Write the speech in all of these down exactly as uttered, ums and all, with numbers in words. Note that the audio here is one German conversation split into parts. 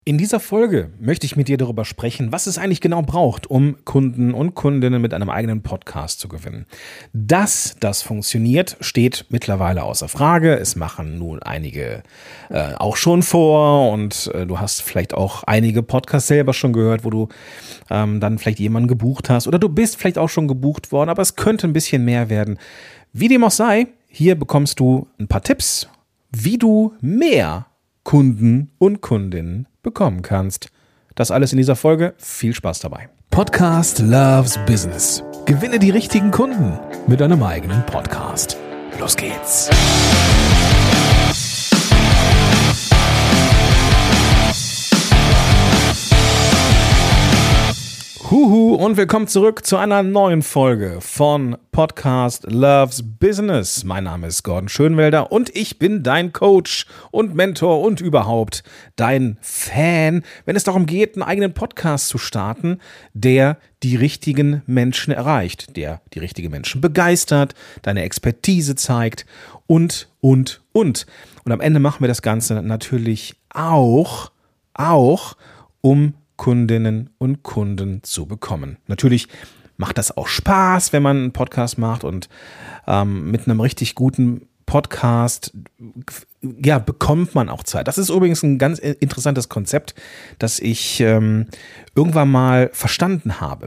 In dieser Folge möchte ich mit dir darüber sprechen, was es eigentlich genau braucht, um Kunden und Kundinnen mit einem eigenen Podcast zu gewinnen. Dass das funktioniert, steht mittlerweile außer Frage. Es machen nun einige äh, auch schon vor und äh, du hast vielleicht auch einige Podcasts selber schon gehört, wo du ähm, dann vielleicht jemanden gebucht hast oder du bist vielleicht auch schon gebucht worden, aber es könnte ein bisschen mehr werden. Wie dem auch sei, hier bekommst du ein paar Tipps, wie du mehr Kunden und Kundinnen bekommen kannst. Das alles in dieser Folge. Viel Spaß dabei. Podcast Loves Business. Gewinne die richtigen Kunden mit deinem eigenen Podcast. Los geht's. Huhu und willkommen zurück zu einer neuen Folge von Podcast Loves Business. Mein Name ist Gordon Schönwelder und ich bin dein Coach und Mentor und überhaupt dein Fan, wenn es darum geht, einen eigenen Podcast zu starten, der die richtigen Menschen erreicht, der die richtigen Menschen begeistert, deine Expertise zeigt und, und, und. Und am Ende machen wir das Ganze natürlich auch, auch um Kundinnen und Kunden zu bekommen. Natürlich macht das auch Spaß, wenn man einen Podcast macht und ähm, mit einem richtig guten Podcast ja, bekommt man auch Zeit. Das ist übrigens ein ganz interessantes Konzept, das ich ähm, irgendwann mal verstanden habe.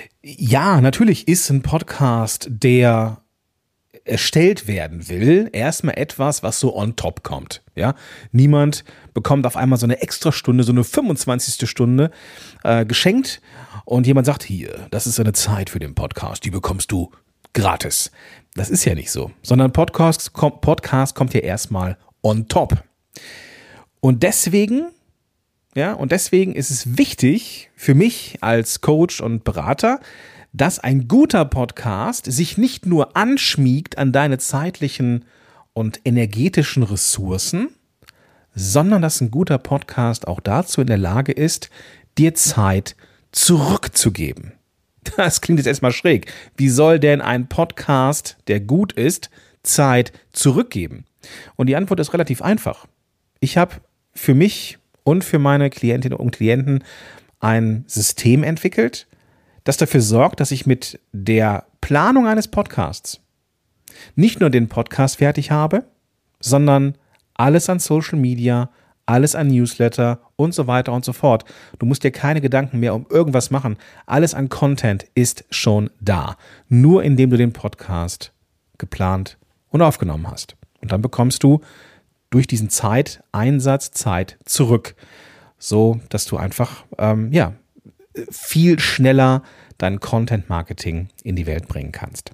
Ja, natürlich ist ein Podcast, der erstellt werden will, erstmal etwas, was so on top kommt. Ja, niemand bekommt auf einmal so eine extra Stunde, so eine fünfundzwanzigste Stunde äh, geschenkt und jemand sagt, hier, das ist eine Zeit für den Podcast, die bekommst du gratis. Das ist ja nicht so, sondern Podcast, Podcast kommt ja erstmal on top. Und deswegen, ja, und deswegen ist es wichtig für mich als Coach und Berater, dass ein guter Podcast sich nicht nur anschmiegt an deine zeitlichen und energetischen Ressourcen, sondern dass ein guter Podcast auch dazu in der Lage ist, dir Zeit zurückzugeben. Das klingt jetzt erstmal schräg. Wie soll denn ein Podcast, der gut ist, Zeit zurückgeben? Und die Antwort ist relativ einfach. Ich habe für mich und für meine Klientinnen und Klienten ein System entwickelt, das dafür sorgt, dass ich mit der Planung eines Podcasts nicht nur den Podcast fertig habe, sondern alles an Social Media, alles an Newsletter und so weiter und so fort. Du musst dir keine Gedanken mehr um irgendwas machen. Alles an Content ist schon da. Nur indem du den Podcast geplant und aufgenommen hast. Und dann bekommst du durch diesen Zeiteinsatz Zeit zurück. So, dass du einfach, ähm, ja, viel schneller dein Content-Marketing in die Welt bringen kannst.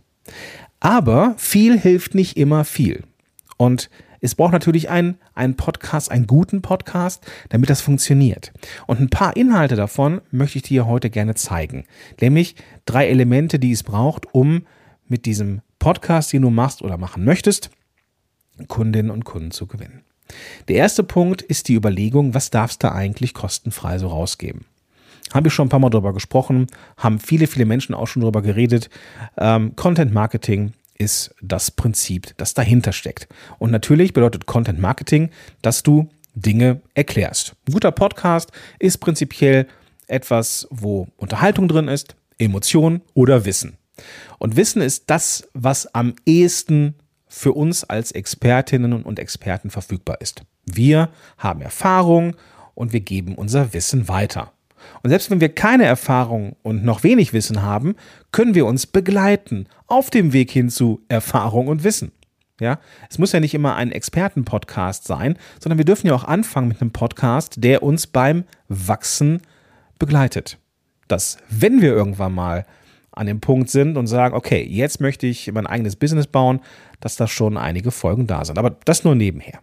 Aber viel hilft nicht immer viel. Und es braucht natürlich einen, einen Podcast, einen guten Podcast, damit das funktioniert. Und ein paar Inhalte davon möchte ich dir heute gerne zeigen. Nämlich drei Elemente, die es braucht, um mit diesem Podcast, den du machst oder machen möchtest, Kundinnen und Kunden zu gewinnen. Der erste Punkt ist die Überlegung, was darfst du eigentlich kostenfrei so rausgeben? Habe ich schon ein paar Mal drüber gesprochen, haben viele, viele Menschen auch schon drüber geredet. Ähm, Content Marketing ist das Prinzip, das dahinter steckt. Und natürlich bedeutet Content Marketing, dass du Dinge erklärst. Ein guter Podcast ist prinzipiell etwas, wo Unterhaltung drin ist, Emotion oder Wissen. Und Wissen ist das, was am ehesten für uns als Expertinnen und Experten verfügbar ist. Wir haben Erfahrung und wir geben unser Wissen weiter. Und selbst wenn wir keine Erfahrung und noch wenig Wissen haben, können wir uns begleiten auf dem Weg hin zu Erfahrung und Wissen. Ja, es muss ja nicht immer ein Experten-Podcast sein, sondern wir dürfen ja auch anfangen mit einem Podcast, der uns beim Wachsen begleitet. Dass, wenn wir irgendwann mal an dem Punkt sind und sagen, okay, jetzt möchte ich mein eigenes Business bauen, dass da schon einige Folgen da sind. Aber das nur nebenher.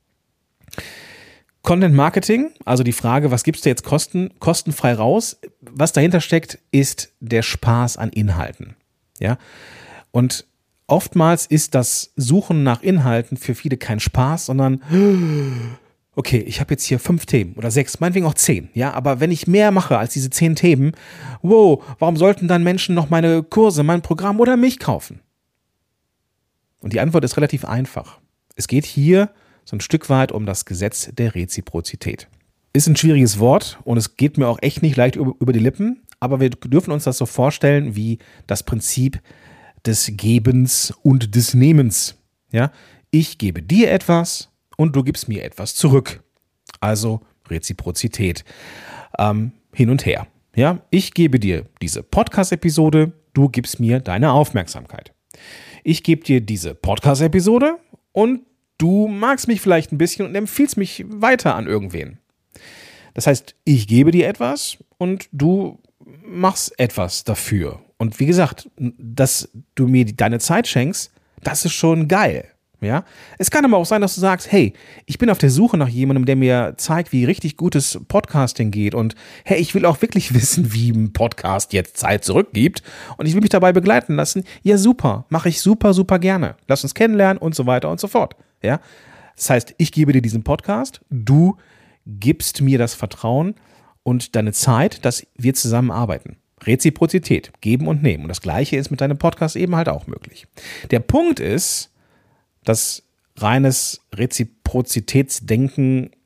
Content Marketing, also die Frage, was gibst du jetzt kosten, kostenfrei raus? Was dahinter steckt, ist der Spaß an Inhalten. Ja? Und oftmals ist das Suchen nach Inhalten für viele kein Spaß, sondern okay, ich habe jetzt hier fünf Themen oder sechs, meinetwegen auch zehn. Ja, aber wenn ich mehr mache als diese zehn Themen, wow, warum sollten dann Menschen noch meine Kurse, mein Programm oder mich kaufen? Und die Antwort ist relativ einfach. Es geht hier so ein Stück weit um das Gesetz der Reziprozität. ist ein schwieriges Wort und es geht mir auch echt nicht leicht über, über die Lippen, aber wir dürfen uns das so vorstellen wie das Prinzip des Gebens und des Nehmens. Ja? Ich gebe dir etwas und du gibst mir etwas zurück. Also Reziprozität. Ähm, hin und her. Ja? Ich gebe dir diese Podcast-Episode, du gibst mir deine Aufmerksamkeit. Ich gebe dir diese Podcast-Episode und du magst mich vielleicht ein bisschen und empfiehlst mich weiter an irgendwen. Das heißt, ich gebe dir etwas und du machst etwas dafür. Und wie gesagt, dass du mir deine Zeit schenkst, das ist schon geil. Ja? Es kann aber auch sein, dass du sagst, hey, ich bin auf der Suche nach jemandem, der mir zeigt, wie richtig gutes Podcasting geht und hey, ich will auch wirklich wissen, wie ein Podcast jetzt Zeit zurückgibt und ich will mich dabei begleiten lassen. Ja, super, mache ich super, super gerne. Lass uns kennenlernen und so weiter und so fort. Ja? Das heißt, ich gebe dir diesen Podcast, du gibst mir das Vertrauen und deine Zeit, dass wir zusammenarbeiten. Reziprozität, geben und nehmen. Und das Gleiche ist mit deinem Podcast eben halt auch möglich. Der Punkt ist, dass reines Reziprozitätsdenken,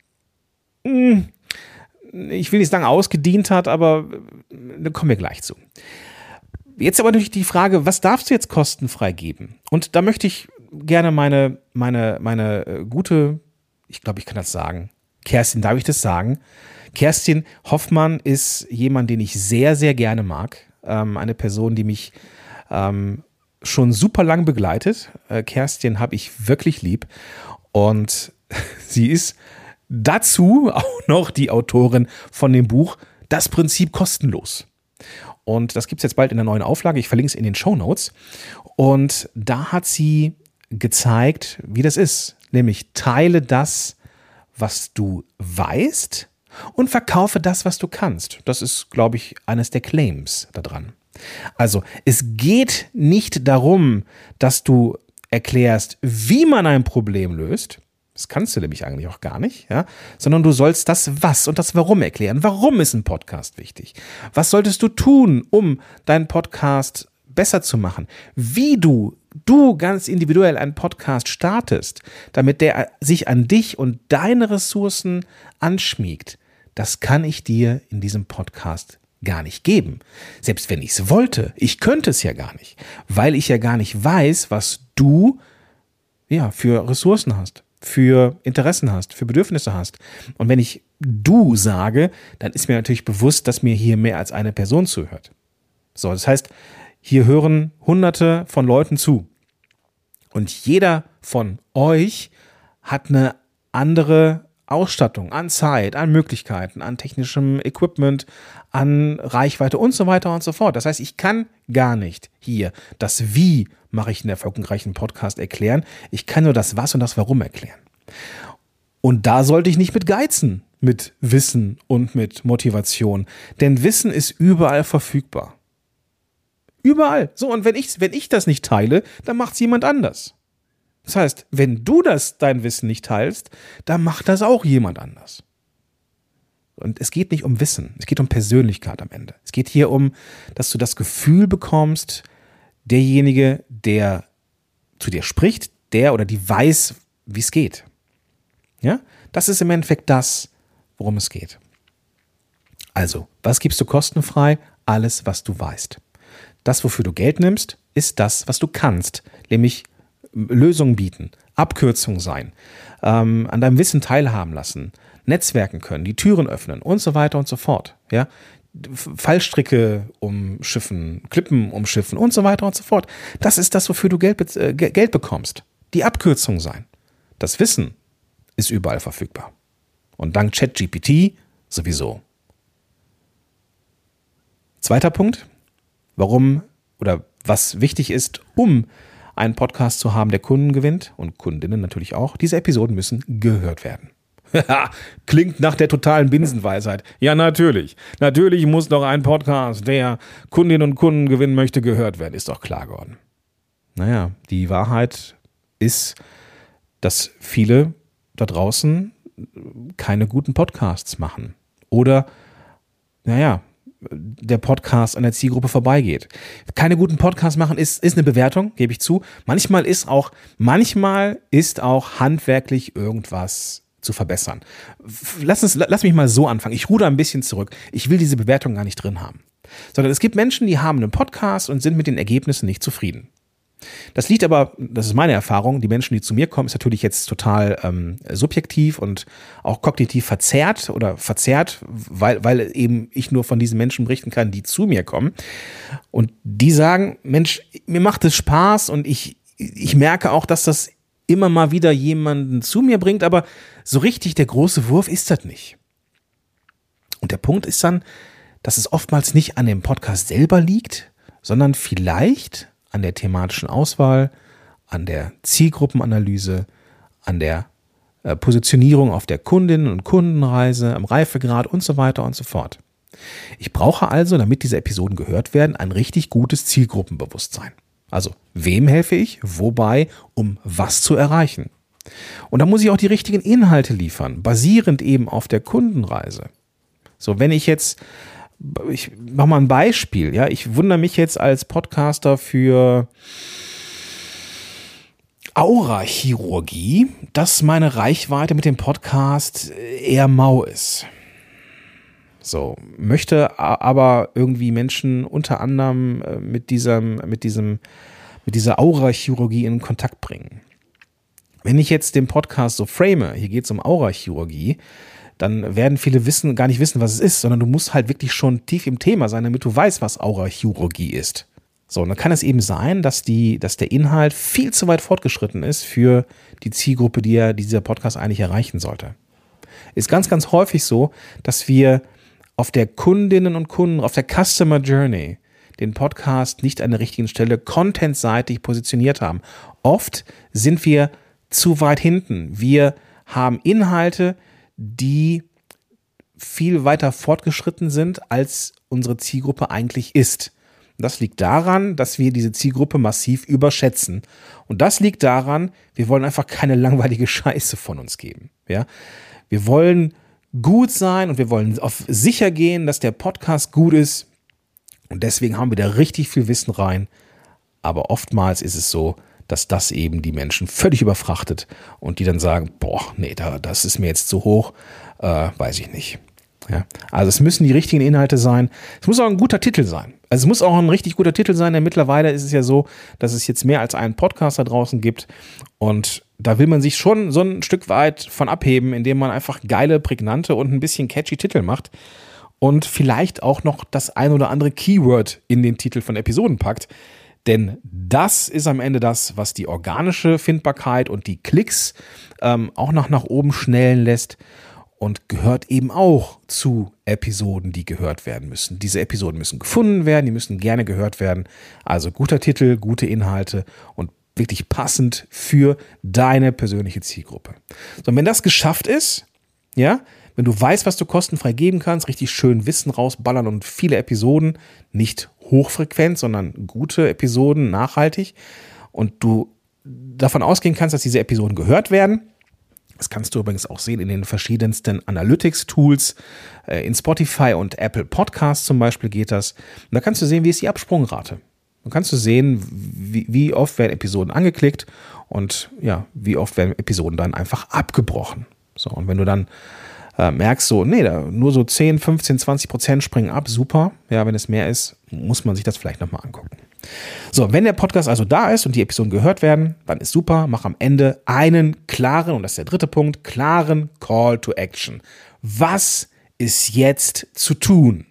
ich will nicht sagen ausgedient hat, aber da kommen wir gleich zu. Jetzt aber natürlich die Frage, was darfst du jetzt kostenfrei geben? Und da möchte ich gerne meine, meine, meine gute, ich glaube, ich kann das sagen, Kerstin, darf ich das sagen? Kerstin Hoffmann ist jemand, den ich sehr, sehr gerne mag. Ähm, eine Person, die mich ähm, schon super lang begleitet. Äh, Kerstin habe ich wirklich lieb. Und sie ist dazu auch noch die Autorin von dem Buch Das Prinzip kostenlos. Und das gibt es jetzt bald in der neuen Auflage. Ich verlinke es in den Shownotes. Und da hat sie gezeigt, wie das ist. Nämlich teile das, was du weißt und verkaufe das, was du kannst. Das ist, glaube ich, eines der Claims da dran. Also, es geht nicht darum, dass du erklärst, wie man ein Problem löst. Das kannst du nämlich eigentlich auch gar nicht, ja? Sondern du sollst das Was und das Warum erklären. Warum ist ein Podcast wichtig? Was solltest du tun, um deinen Podcast besser zu machen? Wie du, du ganz individuell einen Podcast startest, damit der sich an dich und deine Ressourcen anschmiegt, das kann ich dir in diesem Podcast gar nicht geben. Selbst wenn ich es wollte, ich könnte es ja gar nicht, weil ich ja gar nicht weiß, was du ja für Ressourcen hast, für Interessen hast, für Bedürfnisse hast. Und wenn ich du sage, dann ist mir natürlich bewusst, dass mir hier mehr als eine Person zuhört. So, das heißt, hier hören Hunderte von Leuten zu. Und jeder von euch hat eine andere Ausstattung, an Zeit, an Möglichkeiten, an technischem Equipment, an Reichweite und so weiter und so fort. Das heißt, ich kann gar nicht hier das Wie mache ich in der erfolgreichen Podcast erklären. Ich kann nur das Was und das Warum erklären. Und da sollte ich nicht mit geizen, mit Wissen und mit Motivation. Denn Wissen ist überall verfügbar. Überall. So, und wenn ich, wenn ich das nicht teile, dann macht es jemand anders. Das heißt, wenn du das, dein Wissen nicht teilst, dann macht das auch jemand anders. Und es geht nicht um Wissen, es geht um Persönlichkeit am Ende. Es geht hier um, dass du das Gefühl bekommst, derjenige, der zu dir spricht, der oder die weiß, wie es geht. Ja? Das ist im Endeffekt das, worum es geht. Also, was gibst du kostenfrei? Alles, was du weißt. Das, wofür du Geld nimmst, ist das, was du kannst, nämlich Lösungen bieten, Abkürzungen sein, ähm, an deinem Wissen teilhaben lassen, Netzwerken können, die Türen öffnen und so weiter und so fort. Ja? Fallstricke umschiffen, Klippen umschiffen und so weiter und so fort. Das ist das, wofür du Geld, äh, Geld bekommst. Die Abkürzung sein. Das Wissen ist überall verfügbar. Und dank ChatGPT sowieso. Zweiter Punkt, warum oder was wichtig ist, um einen Podcast zu haben, der Kunden gewinnt und Kundinnen natürlich auch. Diese Episoden müssen gehört werden. Klingt nach der totalen Binsenweisheit. Ja, natürlich. Natürlich muss doch ein Podcast, der Kundinnen und Kunden gewinnen möchte, gehört werden. Ist doch klar geworden. Naja, die Wahrheit ist, dass viele da draußen keine guten Podcasts machen. Oder, naja, der Podcast an der Zielgruppe vorbeigeht. Keine guten Podcasts machen ist, ist eine Bewertung, gebe ich zu. Manchmal ist auch, manchmal ist auch handwerklich irgendwas zu verbessern. Lass, uns, lass mich mal so anfangen. Ich ruder ein bisschen zurück. Ich will diese Bewertung gar nicht drin haben. Sondern es gibt Menschen, die haben einen Podcast und sind mit den Ergebnissen nicht zufrieden. Das liegt aber, das ist meine Erfahrung, die Menschen, die zu mir kommen, ist natürlich jetzt total ähm, subjektiv und auch kognitiv verzerrt oder verzerrt, weil, weil eben ich nur von diesen Menschen berichten kann, die zu mir kommen. Und die sagen, Mensch, mir macht es Spaß und ich, ich merke auch, dass das immer mal wieder jemanden zu mir bringt, aber so richtig der große Wurf ist das nicht. Und der Punkt ist dann, dass es oftmals nicht an dem Podcast selber liegt, sondern vielleicht an der thematischen Auswahl, an der Zielgruppenanalyse, an der äh, Positionierung auf der Kundinnen- und Kundenreise, am Reifegrad und so weiter und so fort. Ich brauche also, damit diese Episoden gehört werden, ein richtig gutes Zielgruppenbewusstsein. Also, wem helfe ich, wobei, um was zu erreichen? Und da muss ich auch die richtigen Inhalte liefern, basierend eben auf der Kundenreise. So, wenn ich jetzt Ich mache mal ein Beispiel. Ja, ich wundere mich jetzt als Podcaster für Aurachirurgie, dass meine Reichweite mit dem Podcast eher mau ist. So, möchte aber irgendwie Menschen unter anderem mit diesem, mit diesem, mit dieser Aurachirurgie in Kontakt bringen. Wenn ich jetzt den Podcast so frame, hier geht es um Aurachirurgie, dann werden viele wissen, gar nicht wissen, was es ist, sondern du musst halt wirklich schon tief im Thema sein, damit du weißt, was Aurachirurgie ist. So, und dann kann es eben sein, dass die, dass der Inhalt viel zu weit fortgeschritten ist für die Zielgruppe, die ja dieser Podcast eigentlich erreichen sollte. Ist ganz, ganz häufig so, dass wir auf der Kundinnen und Kunden, auf der Customer Journey den Podcast nicht an der richtigen Stelle contentseitig positioniert haben. Oft sind wir zu weit hinten. Wir haben Inhalte, die viel weiter fortgeschritten sind, als unsere Zielgruppe eigentlich ist. Und das liegt daran, dass wir diese Zielgruppe massiv überschätzen. Und das liegt daran, wir wollen einfach keine langweilige Scheiße von uns geben. Ja? Wir wollen gut sein und wir wollen auf sicher gehen, dass der Podcast gut ist. Und deswegen haben wir da richtig viel Wissen rein. Aber oftmals ist es so, dass das eben die Menschen völlig überfrachtet und die dann sagen, boah, nee, da, das ist mir jetzt zu hoch, äh, weiß ich nicht. Ja? Also es müssen die richtigen Inhalte sein. Es muss auch ein guter Titel sein. Also es muss auch ein richtig guter Titel sein, denn mittlerweile ist es ja so, dass es jetzt mehr als einen Podcast da draußen gibt und da will man sich schon so ein Stück weit von abheben, indem man einfach geile, prägnante und ein bisschen catchy Titel macht und vielleicht auch noch das ein oder andere Keyword in den Titel von Episoden packt. Denn das ist am Ende das, was die organische Findbarkeit und die Klicks ähm, auch noch nach oben schnellen lässt und gehört eben auch zu Episoden, die gehört werden müssen. Diese Episoden müssen gefunden werden, die müssen gerne gehört werden. Also guter Titel, gute Inhalte und wirklich passend für deine persönliche Zielgruppe. So, und wenn das geschafft ist, ja, wenn du weißt, was du kostenfrei geben kannst, richtig schön Wissen rausballern und viele Episoden, nicht hochfrequent, sondern gute Episoden, nachhaltig und du davon ausgehen kannst, dass diese Episoden gehört werden. Das kannst du übrigens auch sehen in den verschiedensten Analytics-Tools, in Spotify und Apple Podcasts zum Beispiel geht das. Und da kannst du sehen, wie ist die Absprungrate. Dann kannst du sehen, wie, wie oft werden Episoden angeklickt und ja, wie oft werden Episoden dann einfach abgebrochen. So, und wenn du dann äh, merkst, so, nee, da nur so zehn, fünfzehn, zwanzig Prozent springen ab, super. Ja, wenn es mehr ist, muss man sich das vielleicht nochmal angucken. So, wenn der Podcast also da ist und die Episoden gehört werden, dann ist super, mach am Ende einen klaren, und das ist der dritte Punkt, klaren Call to Action. Was ist jetzt zu tun?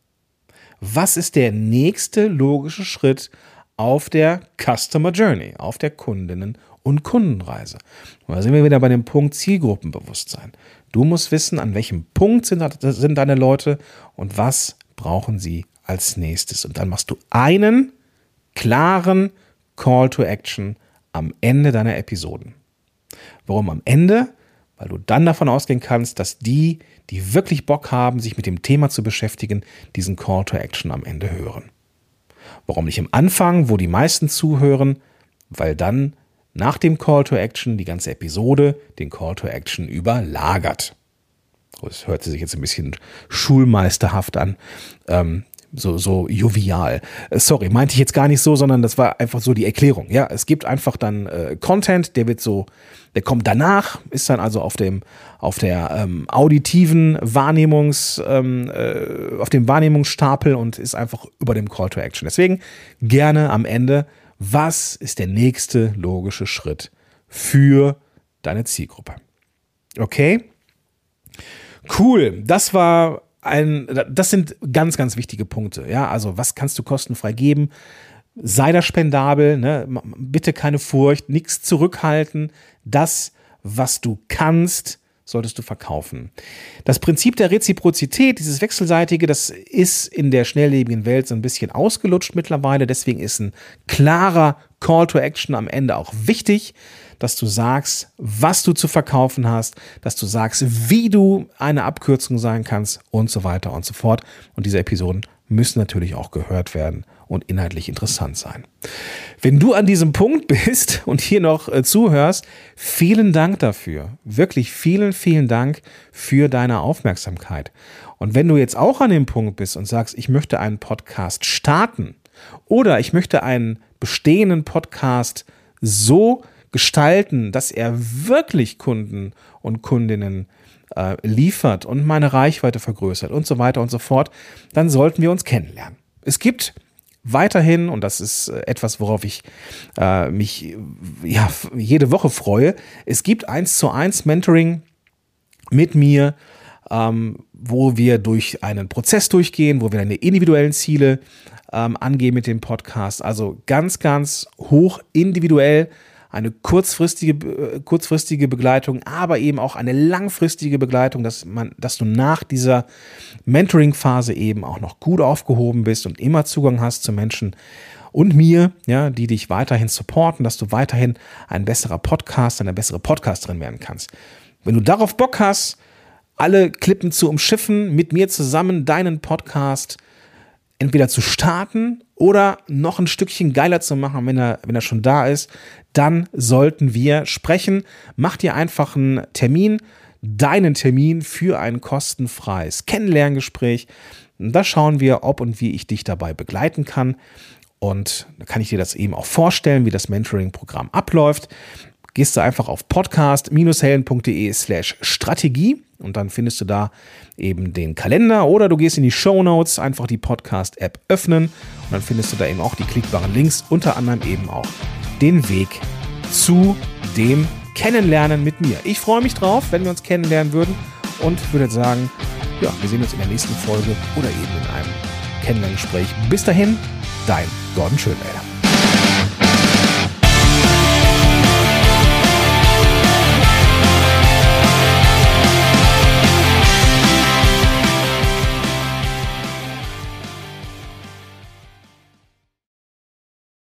Was ist der nächste logische Schritt auf der Customer Journey, auf der Kundinnen- und Kundenreise? Und da sind wir wieder bei dem Punkt Zielgruppenbewusstsein. Du musst wissen, an welchem Punkt sind, sind deine Leute und was brauchen sie als nächstes. Und dann machst du einen klaren Call to Action am Ende deiner Episoden. Warum am Ende? Weil du dann davon ausgehen kannst, dass die, die wirklich Bock haben, sich mit dem Thema zu beschäftigen, diesen Call to Action am Ende hören. Warum nicht am Anfang, wo die meisten zuhören? Weil dann nach dem Call to Action die ganze Episode den Call to Action überlagert. Das hört sich jetzt ein bisschen schulmeisterhaft an. Ähm, so, so jovial. Äh, sorry, meinte ich jetzt gar nicht so, sondern das war einfach so die Erklärung. Ja, es gibt einfach dann äh, Content, der wird so, der kommt danach, ist dann also auf dem, auf der ähm, auditiven Wahrnehmungs, ähm, äh, auf dem Wahrnehmungsstapel und ist einfach über dem Call to Action. Deswegen gerne am Ende, was ist der nächste logische Schritt für deine Zielgruppe? Okay? Cool. Das war ein, das sind ganz, ganz wichtige Punkte. Ja, also was kannst du kostenfrei geben? Sei da spendabel, ne? Bitte keine Furcht, nichts zurückhalten. Das, was du kannst, solltest du verkaufen. Das Prinzip der Reziprozität, dieses Wechselseitige, das ist in der schnelllebigen Welt so ein bisschen ausgelutscht mittlerweile. Deswegen ist ein klarer Call to Action am Ende auch wichtig, dass du sagst, was du zu verkaufen hast, dass du sagst, wie du eine Abkürzung sein kannst und so weiter und so fort. Und diese Episoden müssen natürlich auch gehört werden und inhaltlich interessant sein. Wenn du an diesem Punkt bist und hier noch äh, zuhörst, vielen Dank dafür. Wirklich vielen, vielen Dank für deine Aufmerksamkeit. Und wenn du jetzt auch an dem Punkt bist und sagst, ich möchte einen Podcast starten oder ich möchte einen bestehenden Podcast so gestalten, dass er wirklich Kunden und Kundinnen äh, liefert und meine Reichweite vergrößert und so weiter und so fort, dann sollten wir uns kennenlernen. Es gibt weiterhin, und das ist etwas, worauf ich äh, mich ja, jede Woche freue, es gibt eins zu eins Mentoring mit mir, ähm, wo wir durch einen Prozess durchgehen, wo wir deine individuellen Ziele ähm, angehen mit dem Podcast. Also ganz, ganz hoch individuell, eine kurzfristige, kurzfristige Begleitung, aber eben auch eine langfristige Begleitung, dass man, dass du nach dieser Mentoring-Phase eben auch noch gut aufgehoben bist und immer Zugang hast zu Menschen und mir, ja, die dich weiterhin supporten, dass du weiterhin ein besserer Podcast, eine bessere Podcasterin werden kannst. Wenn du darauf Bock hast, alle Klippen zu umschiffen, mit mir zusammen deinen Podcast entweder zu starten oder noch ein Stückchen geiler zu machen, wenn er, wenn er schon da ist, dann sollten wir sprechen. Mach dir einfach einen Termin, deinen Termin für ein kostenfreies Kennenlerngespräch. Da schauen wir, ob und wie ich dich dabei begleiten kann. Und da kann ich dir das eben auch vorstellen, wie das Mentoring-Programm abläuft. Gehst du einfach auf podcast-helden.de slash Strategie und dann findest du da eben den Kalender oder du gehst in die Shownotes, einfach die Podcast-App öffnen und dann findest du da eben auch die klickbaren Links, unter anderem eben auch den Weg zu dem Kennenlernen mit mir. Ich freue mich drauf, wenn wir uns kennenlernen würden und würde sagen, ja, wir sehen uns in der nächsten Folge oder eben in einem Kennenlerngespräch. Bis dahin, dein Gordon Schönwälder.